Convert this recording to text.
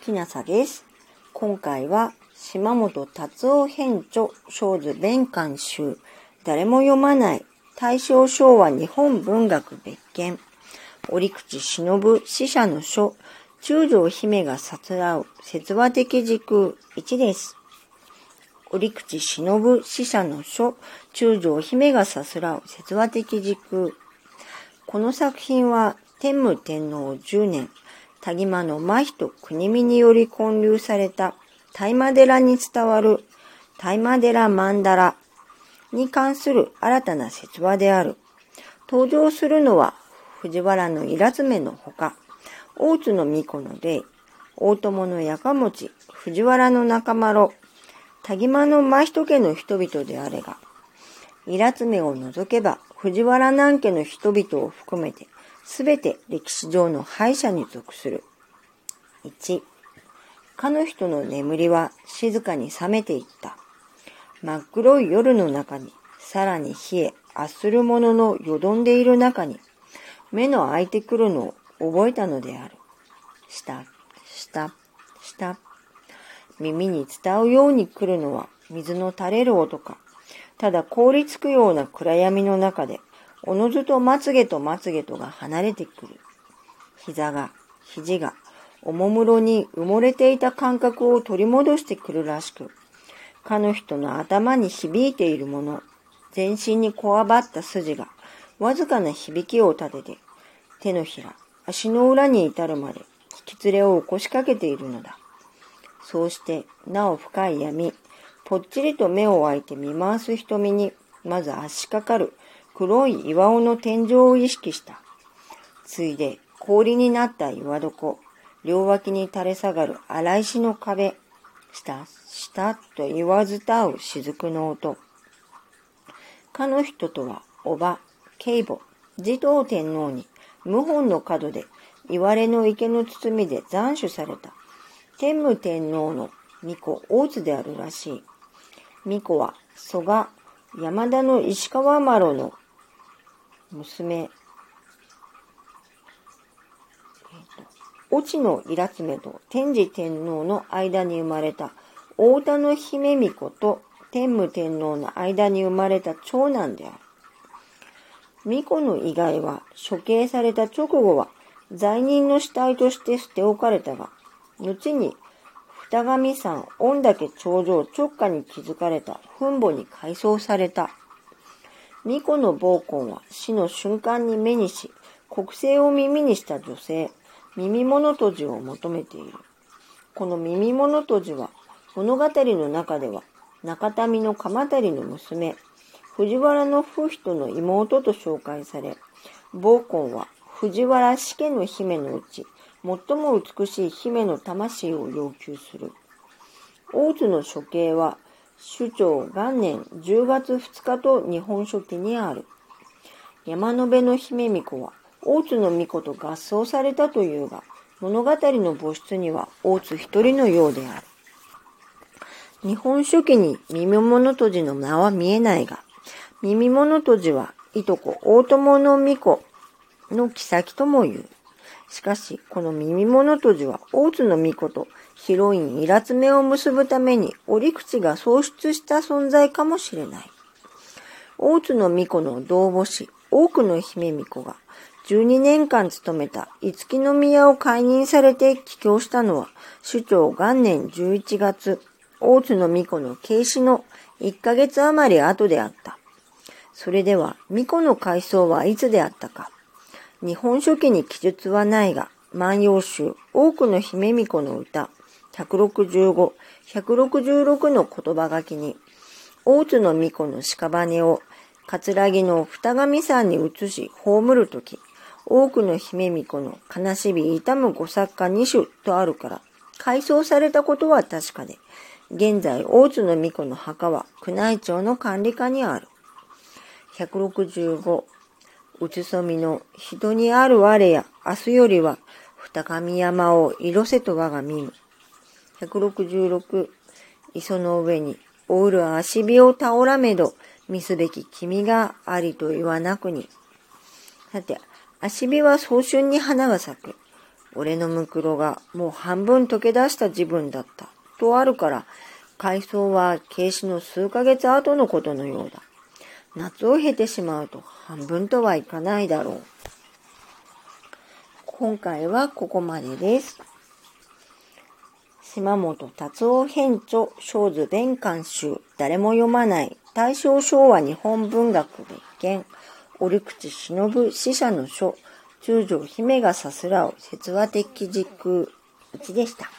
ひなさです。今回は島本達夫編著小図弁巻集誰も読まない大正昭和日本文学別件折口忍死者の書中条姫がさつらう説話的時空1です。折口忍死者の書中条姫がさすらう説話的時空。この作品は天武天皇10年田島の真人国見により建立された大麻寺に伝わる大麻寺曼荼羅に関する新たな説話である。登場するのは藤原の稲詰のほか、大津の巫女の霊、大友のやかもち、藤原の仲間ろ、田島の真人家の人々であれが、稲詰を除けば藤原南家の人々を含めて、すべて歴史上の敗者に属する。1、かの人の眠りは静かに覚めていった。真っ黒い夜の中に、さらに冷え、圧するもののよどんでいる中に、目の開いてくるのを覚えたのである。したしたした。耳に伝うように来るのは水の垂れる音か。ただ凍りつくような暗闇の中で、おのずとまつげとまつげとが離れてくる。膝が、肘が、おもむろに埋もれていた感覚を取り戻してくるらしく、かの人の頭に響いているもの、全身にこわばった筋が、わずかな響きを立てて、手のひら、足の裏に至るまで、引き連れを起こしかけているのだ。そうして、なお深い闇、ぽっちりと目を開いて見回す瞳に、まず足しかかる黒い岩尾の天井を意識した。ついで、氷になった岩床、両脇に垂れ下がる荒石の壁、したしたと言わずたう雫の音。かの人とは、叔母、継母、持統天皇に、謀反の角で、いわれの池の包みで斬首された。天武天皇の巫女大津であるらしい。巫女は蘇我山田の石川麻呂の娘、越智の稲詰と天智天皇の間に生まれた太田の姫巫女と天武天皇の間に生まれた長男である。巫女の遺骸は処刑された直後は罪人の死体として捨て置かれたが、後に二神山御嶽頂上直下に築かれた墳墓に改装された。巫女の暴行は死の瞬間に目にし、国政を耳にした女性、耳物とじを求めている。この耳物とじは物語の中では中民の鎌足の娘、藤原の不人の妹と紹介され、暴行は藤原死家の姫のうち、最も美しい姫の魂を要求する。大津の処刑は、首長元年10月2日と日本書紀にある。山辺の姫巫女は、大津の巫女と合葬されたというが、物語の墓室には大津一人のようである。日本書紀に耳物とじの名は見えないが、耳物とじはいとこ大友の巫女の妃とも言う。しかし、この耳物とじは大津の巫女とヒロイン稲詰を結ぶために折口が創出した存在かもしれない。大津の巫女の同母子、多くの姫巫女が12年間務めた五木宮を解任されて帰郷したのは首長元年11月、大津の巫女の継死の1ヶ月余り後であった。それでは巫女の改装はいつであったか。日本書紀に記述はないが、万葉集、多くの姫巫女の歌、165、166の言葉書きに、大津の巫女の屍を葛城の二神山に移し葬るとき、多くの姫巫女の悲しみ痛む御作家2種とあるから、改装されたことは確かで、現在大津の巫女の墓は宮内庁の管理下にある。165、うつそみの人にある我や明日よりは二神山を色せと我が見む。166、磯の上におうる足火を倒らめど見すべき君がありと言わなくに。さて、足火は早春に花が咲く。 俺のムクロがもう半分溶け出した自分だったとあるから、回想は軽視の数ヶ月後のことのようだ。夏を経てしまうと半分とはいかないだろう。今回はここまでです。島本達夫編著小図弁監修誰も読まない大正昭和日本文学別件折口忍使者の書中将姫がさすらう説話的時空うちでした。